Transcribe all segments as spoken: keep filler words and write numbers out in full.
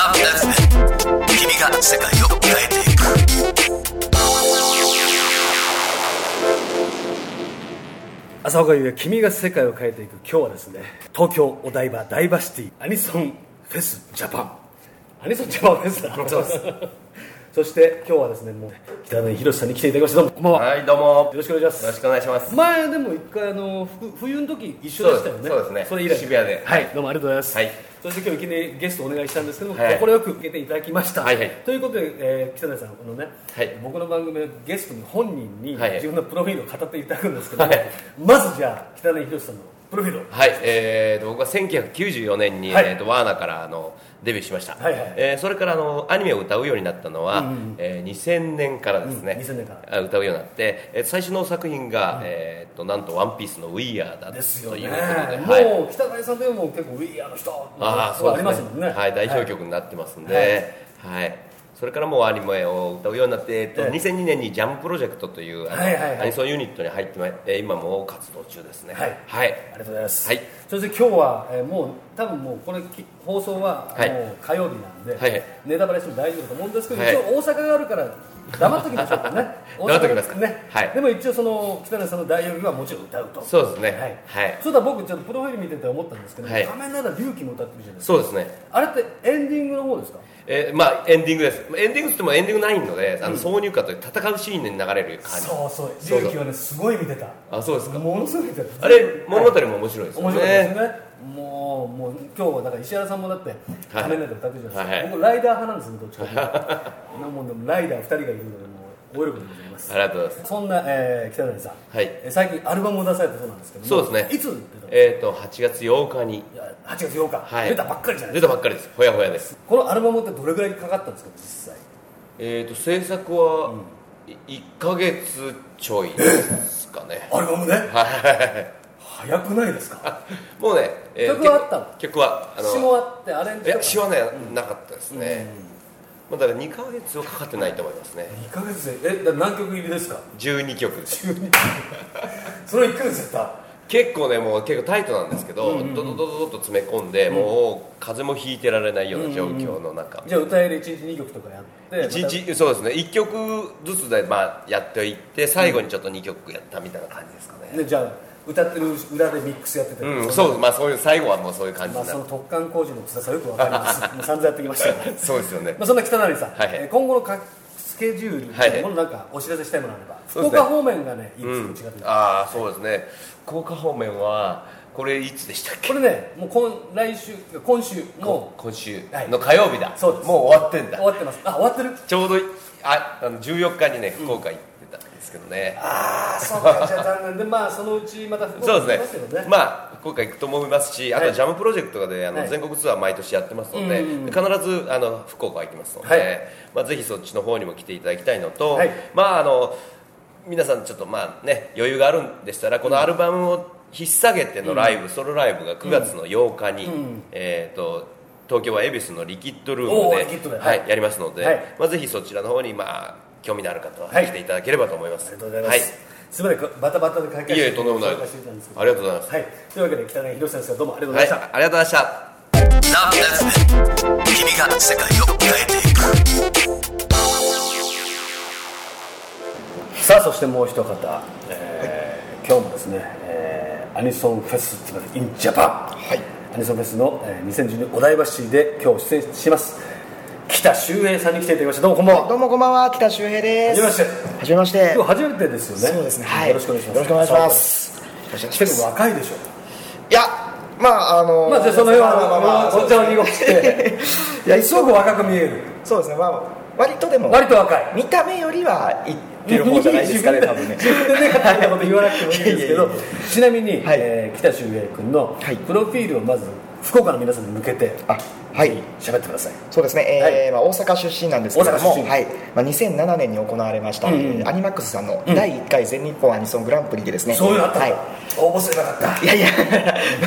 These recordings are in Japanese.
君が世界を変えていく。 浅岡優也、君が世界を変えていく。今日はですね、東京お台場ダイバーシティアニソンフェスジャパンアニソンジャパンフェスだそうですそして今日はですね、もう北谷宏さんに来ていただきました。どうもこんばんは。 はい、どうもよろしくお願いします。 よろしくお願いします。 前でも一回あの冬の時一緒でしたよね。 そうですね。 それ以来渋谷で。 はい、どうもありがとうございます。はい。そして今日いきなりゲストをお願いしたんですけども、快、はい、く受けていただきました。はいはい。ということで、えー、北谷さん、このね、はい、僕の番組のゲストに本人に自分のプロフィールを語っていただくんですけども、はい、まずじゃあ北谷宏さんのプロフィール。 はい、えー、僕はせんきゅうひゃくきゅうじゅうよねんに、はい、えー、とワーナーからあのデビューしました。はいはい。えー、それからあのアニメを歌うようになったのは、うんうん、えー、にせんねんからですね。うん、にせんねんから歌うようになって、えー、最初の作品が、うん、えー、となんとワンピースの We Are だということで、 ですよね。はい、もう北谷さんでも結構 We Are の人あそうありますもんね。 はい、代表曲になってますんで、はい。はい、それからもうアニメを歌うようになって、えっと、にせんにねんにジャムプロジェクトというあの、はいはいはい、アニソンユニットに入ってまいて今も活動中ですね。 はい、はい、ありがとうございます。はい、そして今日は、えー、もう多分もうこれ放送はもう火曜日なんで、はい、ネタバレしても大丈夫と思うんですけど、はい、一応大阪があるから黙っときましょうかね。 黙っときますかね。 はい。でも一応その北谷さんの代表曲はもちろん歌うと。 そうですね。 はい。はい、そうだ、僕ちょっとプロフィール見てて思ったんですけど、はい、仮面ライダー龍騎も歌ってるじゃないですか。 そうですね。 あれってエンディングの方ですか？ えー、まあエンディングです。エンディングって言ってもエンディングないので、あの挿入歌という戦うシーンに流れる感じ。 そうそう。龍騎はねすごい見てた。 あ、そうですか。 ものすごい見てた。 あれ物語も面白いですよね。 面白いですね。もうもう今日はだから石原さんもだって仮面ライダー歌ってるじゃないですか。僕ライダー派なんですよ、どっちかというと。なもんでもライダーふたりがいるのでもう大喜びでございます。 ありがとうございます。 そんな、えー、北谷さん、はい、最近アルバムを出されたそうなんですけども。 そうですね。 いつ出たの？ えっとはちがつようかに。 はちがつようか、はい、出たばっかりじゃないですか。出たばっかりです。ほやほやです。 このアルバムってどれぐらいかかったんですか実際？ えっと制作はいっかげつちょいですかね。 アルバムね。はい。早くないですか？もうね、えー、曲はあったの？ 曲はあの詞もあってアレンジとか。 いや詞はね、うん、なかったですね。うん、だからにかげつはかかってないと思いますね。 にかげつでえ何曲入りですか？ じゅうにきょくです。 じゅうにきょくそれいっかげつやった。 結構ねもう結構タイトなんですけど、うんうんうん、ドドドドドと詰め込んで、うん、もう風も引いてられないような状況の中、うんうん、 じゃあ歌えるいちにちにきょくとかやっていちにちそうですねいっきょくずつで、まあ、やっていって最後にちょっとにきょくやったみたいな感じですかね。 でじゃあ歌ってる裏でミックスやってて、 うん、そうまあそういう最後はもうそういう感じになる、 まあ、その突貫工事の辛さよくわかりますもう散々やってきましたねそうですよね、 まあ、そんな北谷さん、はいはい、今後のスケジュールというものなんかお知らせしたいものあれば、はいはい、福岡方面がねいいですよ、うん、違ってああそうですね福岡方面はこれいつでしたっけ？ これねもう今来週今週もう今週の火曜日だ、はい、 そうです。 もう終わってんだ。 終わってます。あ終わってる。 ちょうどああのじゅうよっかにね福岡行ってたんですけどね、 うん、ああそうかじゃあ残念でまあそのうちまた福岡行きますよね。 そうですね。まあ福岡行くと思いますし、あとはジャムプロジェクトとかであの、はい、全国ツアー毎年やってますので、はい、必ずあの福岡行きますので、はい、まあぜひそっちの方にも来ていただきたいのと、はい、まああの皆さんちょっとまあね余裕があるんでしたらこのアルバムを引っ提げてのライブ、うん、ソロライブがくがつのようかに、うん、えー、と東京は恵比寿のリキッドルームで、はいはい、やりますので、はい、まあ、ぜひそちらの方に、まあ、興味のある方は来ていただければと思います、 はい、ありがとうございます、はい、すみませんバタバタで会見していただいてありがとうございます、はい、 というわけで北谷宏先生どうもありがとうございました、はい、 ありがとうございました。 君が世界を変えていく。 さあそしてもう一方、えー、今日もですね、えー、アニソンフェスティバル in Japan、はい、アニソンフェスの、えー、にせんじゅうにお台場市で今日出演します北周平さんに来ていただきました。どうもこんばんは、 はい、どうもこんばんは北周平です。 はじめましてはじめまして今日初めてですよね。 そうですね、はい、 よろしくお願いします。 よろしくお願いします。 来ても若いでしょ。 いやまああのー、 まあじゃあその辺はお茶を濁していやすごく若く見える。 そうですね、まあ割とでも割と若い見た目よりはいってる方じゃないですかね多分ね自分でね勝手なこと言わなくてもいいんですけどちなみに、はい、えー、北周平君のプロフィールをまず福岡の皆さんに向けて、あ、はい、喋ってください。 そうですね、えーはい、まあ、大阪出身なんですけども、はい、まあ、にせんななねんに行われました、うんうん、アニマックスさんのだいいっかい全日本アニソングランプリでですね、 そういうのあったんだ、はい、応募すればよかった。 いやいや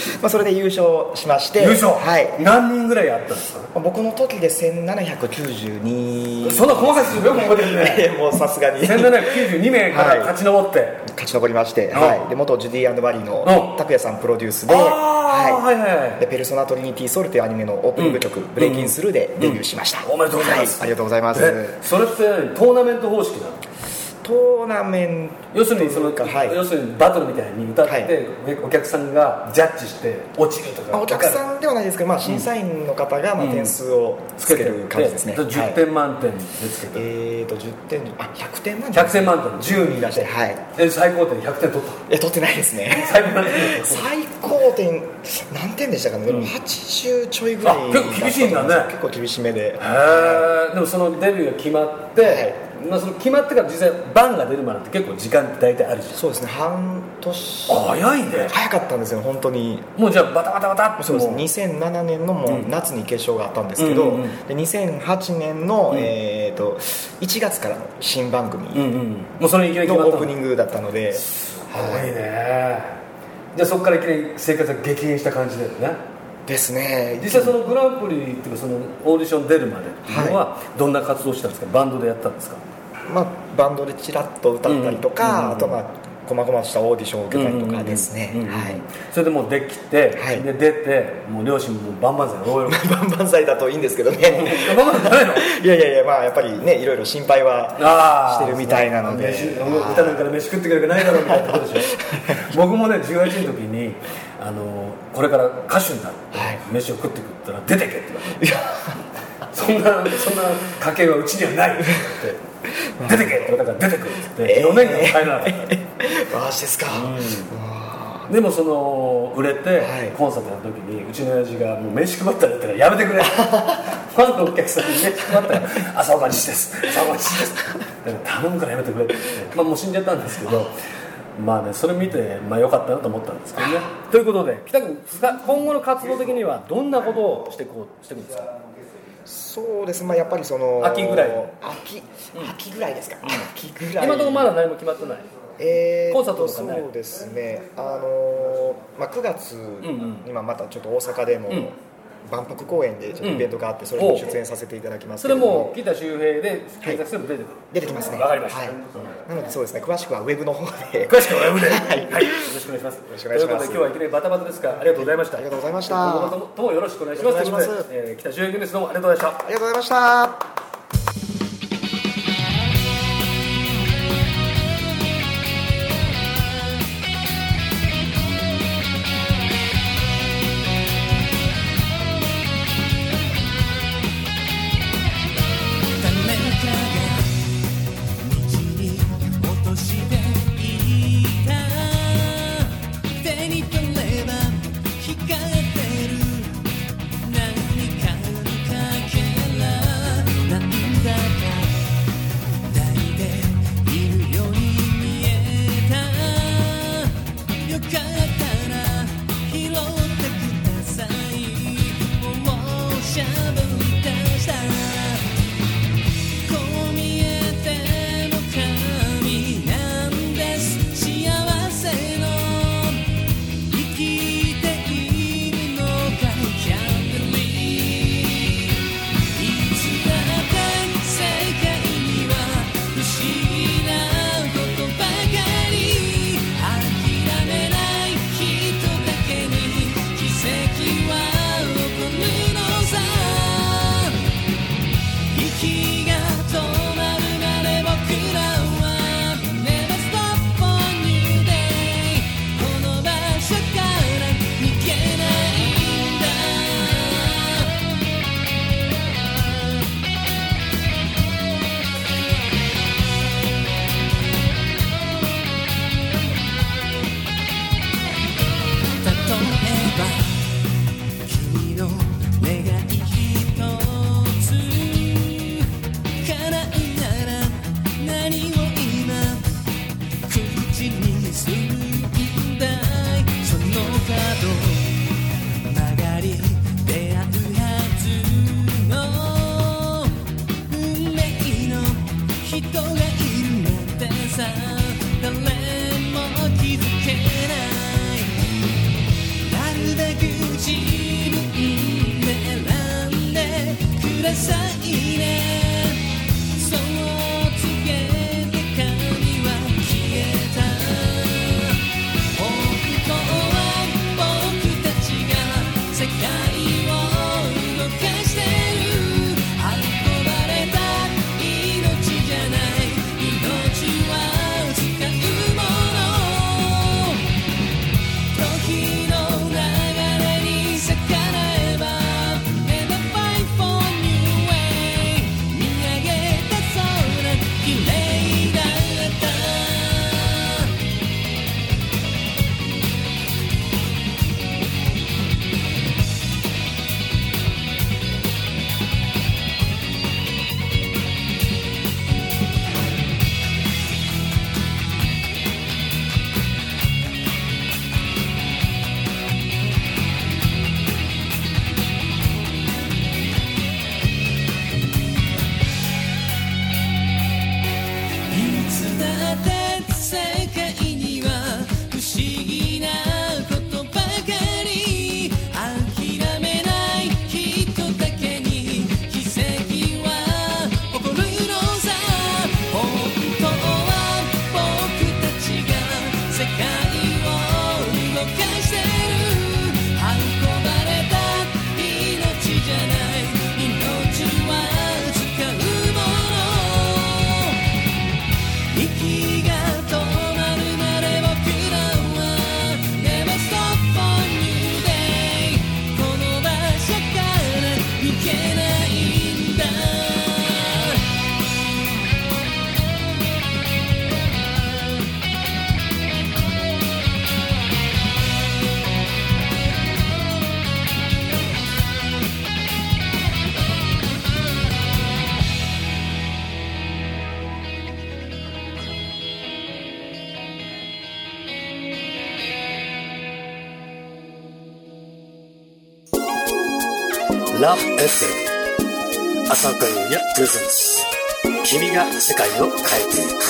まあそれで優勝しまして。 優勝、 はい、 何人ぐらいあったんですか？ 僕の時でせんななひゃくきゅうじゅうに。 そんな細かい数よく覚えてるね。 もうさすがにせんななひゃくきゅうじゅうにめいから勝ち上って、はい、 勝ち残りまして、はい、で元ジュディ&バリーの拓也さんプロデュースで、はいはいはい、でペルソナトリニティソウルというアニメのオープニング曲、うん、ブレイキンスルーでデビューしました、 うんうん、おめでとうございます、 はい、ありがとうございます。 それってトーナメント方式なの？ トーナメント要するにその、はい、要するにバトルみたいに歌って、はい、お客さんがジャッジして落ちるとか。 お客さんではないですけど、まあ、審査員の方がまあ点数をつけてる感じですね、 うんうん、じゅってん満点でつけて、 えーとじゅってんあひゃくてん満点ひゃくてん満点じゅうに出して、 はい、 え最高点ひゃくてん取った？ え取ってないですね。 最高点最高点何点でしたかね、うん、はちじゅうちょいぐらい。 結構厳しいんだね。 結構厳しめで。へえ。でもそのデビューが決まって、はい、まあ、その決まってから実際バンが出るまでって結構時間って大体あるし。 そうですね、半年。 早いね。 早かったんですよ本当に。 もうじゃあバタバタバタって。 そうですね、にせんななねんのもう夏に決勝があったんですけど、うんうんうん、でにせんはちねんの、うん、えー、といちがつからの新番組のオープニングだったので。 すごいね。じゃあそこからいきなり生活が激変した感じだよね。 ですね。 実際そのグランプリっていうかそのオーディション出るまでっていうのはどんな活動したんですか？バンドでやったんですか？ まあ、バンドでチラッと歌ったりとか、うんうんうん、あとまあ細々したオーディションを受けたりとかですね、うんうんうん、はい、 それでもうできて、はい、で出てもう両親もバンバン剤大喜びバンバン剤だといいんですけどねバンバン剤ダメのいやいやいや、まあやっぱりねいろいろ心配はしてるみたいなので、 歌なんかで飯食ってくれるわけないだろうみたいなことでしょ僕もねじゅうはちの時にあのこれから歌手になって飯を食ってくったら出てけって言われて、はい、そんなそんな家系はうちにはないって言って出てけって言われたから出てくるって言ってよねんかん帰らなかった。 マジですか、 うん、でもその売れて、はい、コンサートやる時にうちの親父がもう飯配ったらやったらやめてくれファンのお客さんに飯配ったら朝岡西です朝岡西ですだから頼むからやめてくれって言って、まあ、もう死んじゃったんですけどまあね、それ見て、まあ、良かったなと思ったんですけどね。ということで北君今後の活動的にはどんなことをしていこうしていくんですか？ そうです、まあ、やっぱりその秋ぐらい秋、うん、秋ぐらいですか、うん、秋ぐらい今のところまだ何も決まってない、 えー、 コンサートとかね。 そうですね、あのーまあ、くがつに今またちょっと大阪でも、うん、万博公園でちょっとイベントがあって、それに出演させていただきますけども、 それも北周平で検索すれば出てくる、はい、 出てきますね。 わかりました、はい、 なのでそうですね、詳しくはウェブの方で詳しくはウェブで、はい、 はい、 よろしくお願いします。よろしくお願いします。 ということで今日はいきなりバタバタですがありがとうございました。 ありがとうございました。 今後ともよろしくお願いします。ということで、えー、北周平君です。どうもありがとうございました。 ありがとうございました。 奇跡は起こるのさ。 ださいねそう告げて髪は消えた本当は僕たちが世界を動かしてる運ばれた命じゃない命は使うもの時の流れに逆らえば Never fight for new way 見上げた空綺麗だったいつだって世界には不思議なことばかり諦めない人だけに奇跡は起こるのさ本当は僕たちが世界を動かしてる運ばれた命じゃない命は使うもの息が止まるまで僕らは Never stop for new day この場所から抜けないんだラブ エフエム 朝岡優也プレゼンス君が世界を変えていく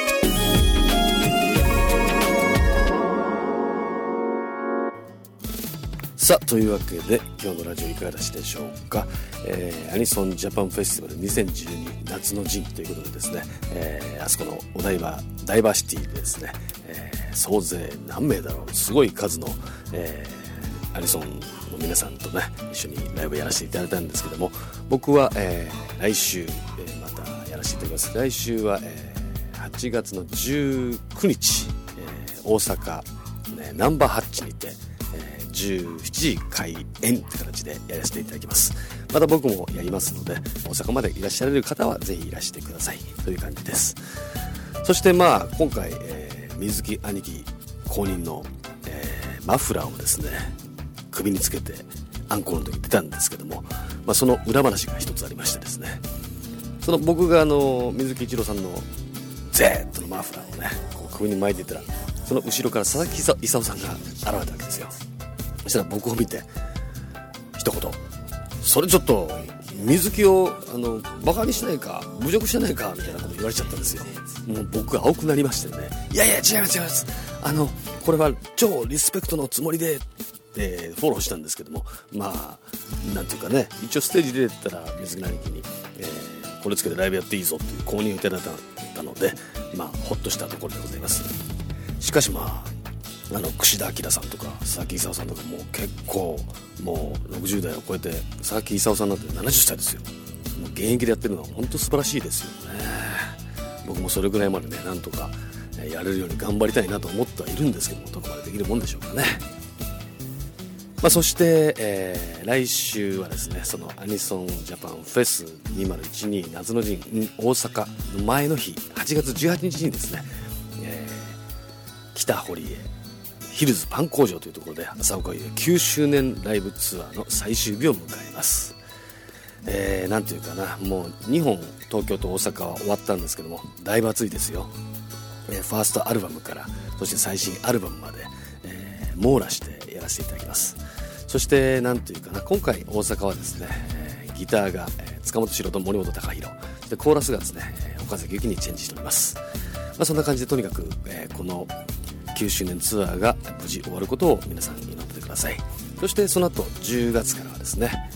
さあというわけで今日のラジオいかがでしたでしょうか、えー、アニソンジャパンフェスティバルにせんじゅうに夏の陣ということでですね、えー、あそこのお台場ダイバーシティでですね、えー、総勢何名だろうすごい数の、えー、アニソンの皆さんとね一緒にライブやらせていただいたんですけども僕は、えー、来週、えー、またやらせていただきます来週は、えー、はちがつのじゅうくにち、えー、大阪、ね、ナンバーハッチにてじゅうしちじ開演って形でやらせていただきますまた僕もやりますので大阪までいらっしゃれる方はぜひいらしてくださいという感じですそしてまあ今回、えー、水木兄貴公認の、えー、マフラーをですね首につけてアンコールの時に出たんですけども、まあ、その裏話が一つありましてですねその僕があの水木一郎さんの Z のマフラーをねこう首に巻いていたらその後ろから佐々木功さんが現れたわけですよそしたら僕を見て一言それちょっと水木をあのバカにしないか侮辱してないかみたいなこと言われちゃったんですよもう僕青くなりましてねいやいや違います違いますあのこれは超リスペクトのつもりでえー、フォローしたんですけどもまあなんていうかね一応ステージ出てたら水木兄貴に、えー、これつけてライブやっていいぞという公認をいただいたのでまあホッとしたところでございますしかしまああの櫛田明さんとか佐々木功さんとかもう結構もうろくじゅうだいを超えて佐々木功さんなんてななじゅっさいですよもう現役でやってるのは本当素晴らしいですよね僕もそれぐらいまでねなんとかやれるように頑張りたいなと思ってはいるんですけどもどこまでできるもんでしょうかねまあ、そして、えー、来週はですねそのアニソンジャパンフェスにせんじゅうに夏の陣大阪の前の日はちがつじゅうはちにちにですね、えー、北堀江ヒルズパン工場というところで朝岡優きゅうしゅうねんライブツアーの最終日を迎えます、えー、なんていうかなもうにほん東京と大阪は終わったんですけどもだいぶ暑いですよ、えー、ファーストアルバムからそして最新アルバムまで、えー、網羅してやらせていただきますそしてなんていうかな今回大阪はですね、えー、ギターが、えー、塚本史郎と森本貴弘そしてコーラスがですね、えー、岡崎由紀にチェンジしております、まあ、そんな感じでとにかく、えー、このきゅうしゅうねんツアーが無事終わることを皆さん祈ってくださいそしてその後じゅうがつからはですね、えー、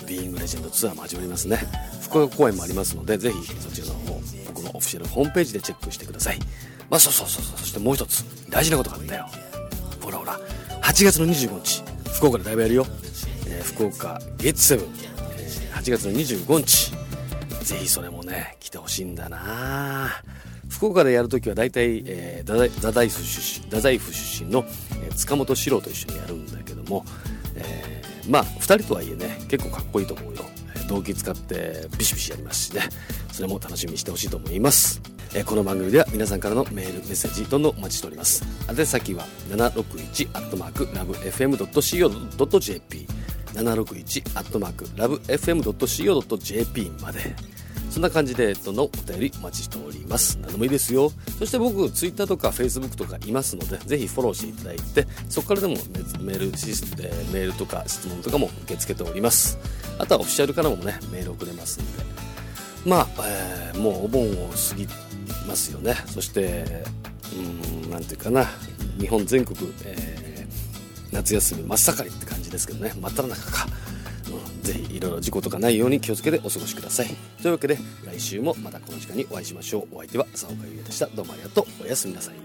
ビーイングレジェンドツアーも始まりますね。福岡公演もありますので、ぜひそちらの方僕のオフィシャルホームページでチェックしてください。まあそうそうそうそう。そしてもう一つ大事なことがあったよ。ほらほらはちがつのにじゅうごにち福岡でライブやるよ、えー、福岡ゲッツセブン、えー、はちがつのにじゅうごにち、ぜひそれもね来てほしいんだな。福岡でやるときは大体、えー、太宰府出身太宰府出身の、えー、塚本史郎と一緒にやるんだけども、えー、まあふたりとはいえね結構かっこいいと思うよ。動機使ってビシビシやりますしね、それも楽しみにしてほしいと思います。えー、この番組では皆さんからのメールメッセージどんどんお待ちしております。宛先は ななろくいち アットマーク ラブエフエム ドット シーオー ドット ジェーピー ななろくいち アットマーク ラブエフエム ドット シーオー ドット ジェーピー まで、そんな感じでどんどんお便りお待ちしております。何でもいいですよ。そして僕ツイッターとかフェイスブックとかいますので、ぜひフォローしていただいて、そこからでもメール、えー、メールとか質問とかも受け付けております。あとはオフィシャルからもねメール送れますので、まあ、えー、もうお盆を過ぎますよね。そしてうーんなんていうかな、日本全国、えー、夏休み真っ盛りって感じですけどね、真っ只中か、うん、ぜひいろいろ事故とかないように気をつけてお過ごしください。というわけで来週もまたこの時間にお会いしましょう。お相手は浅岡優也でした。どうもありがとう。おやすみなさい。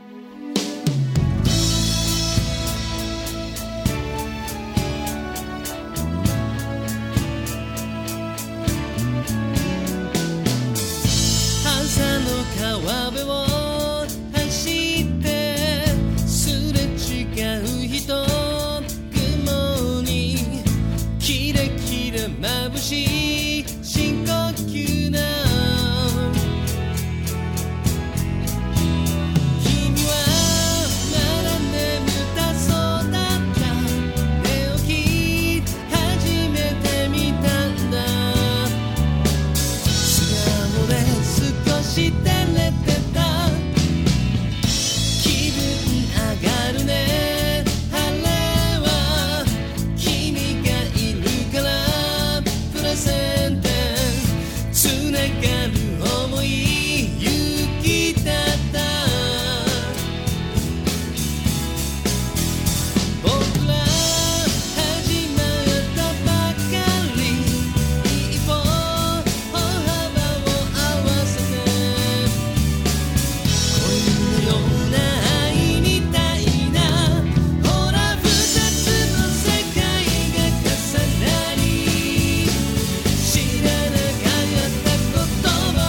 川辺を走ってすれ違う人、雲にキラキラ眩しい深呼吸な、君はまだ眠たそうだった、寝起き初めて見たんだ、素顔で少し照れてた、気分上がるね、晴れは君がいるからプレゼントつながる想い勇気だった、僕ら始まったばかり、一歩歩幅を合わせて、恋のような愛みたいな、ほら二つの世界が重なり、知らなかった言葉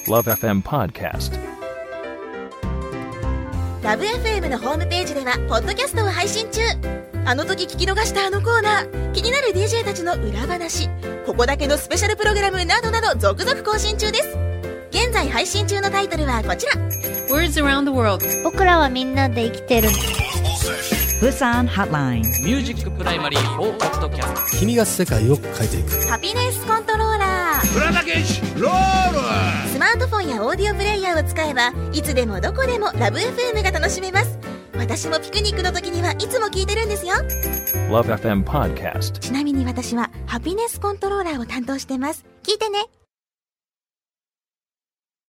ラブエフエム Podcast。 ラブ エフエム のホームページではポッドキャストを配信中。あの時聞き逃したあのコーナー、気になる ディージェー たちの裏話、ここだけのスペシャルプログラムなどなど続々更新中です。現在配信中のタイトルはこちら。 Words Around the World。 僕らはみんなで生きてる。 ブサンハッライン。 ミュージックプライマリーフォーポッドキャスト。 君が世界を変えていく。 ハピネスコントローラー。 プラダケシロール。 スマートフォンやオーディオプレイヤーを使えばいつでもどこでもラブ エフエム が楽しめます。私もピクニックの時にはいつも聞いてるんですよ。 ラブエフエム Podcast。 ちなみに私はハピネスコントローラーを担当してます。聞いてね。